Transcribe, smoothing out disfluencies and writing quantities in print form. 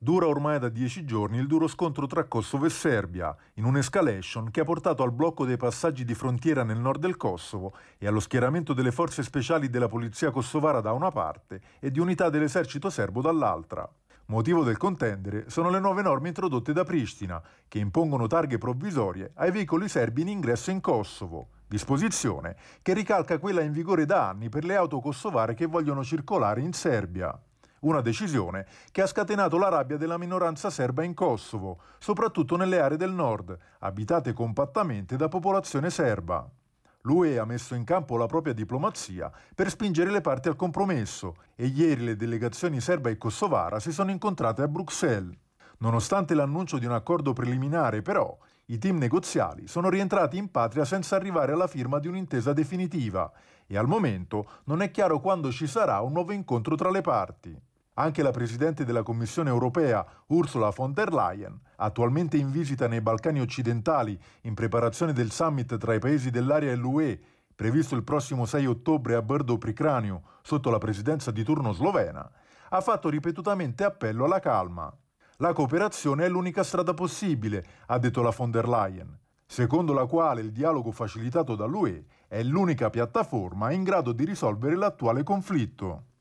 Dura ormai da 10 giorni il duro scontro tra Kosovo e Serbia, in un'escalation che ha portato al blocco dei passaggi di frontiera nel nord del Kosovo e allo schieramento delle forze speciali della polizia kosovara da una parte e di unità dell'esercito serbo dall'altra. Motivo del contendere sono le nuove norme introdotte da Pristina, che impongono targhe provvisorie ai veicoli serbi in ingresso in Kosovo. Disposizione che ricalca quella in vigore da anni per le auto kosovare che vogliono circolare in Serbia. Una decisione che ha scatenato la rabbia della minoranza serba in Kosovo, soprattutto nelle aree del nord, abitate compattamente da popolazione serba. L'UE ha messo in campo la propria diplomazia per spingere le parti al compromesso e ieri le delegazioni serba e kosovara si sono incontrate a Bruxelles. Nonostante l'annuncio di un accordo preliminare, però, i team negoziali sono rientrati in patria senza arrivare alla firma di un'intesa definitiva e al momento non è chiaro quando ci sarà un nuovo incontro tra le parti. Anche la Presidente della Commissione europea, Ursula von der Leyen, attualmente in visita nei Balcani occidentali in preparazione del summit tra i paesi dell'area e l'UE, previsto il prossimo 6 ottobre a Brdo pri Kranju sotto la presidenza di turno slovena, ha fatto ripetutamente appello alla calma. La cooperazione è l'unica strada possibile, ha detto la von der Leyen, secondo la quale il dialogo facilitato dall'UE è l'unica piattaforma in grado di risolvere l'attuale conflitto.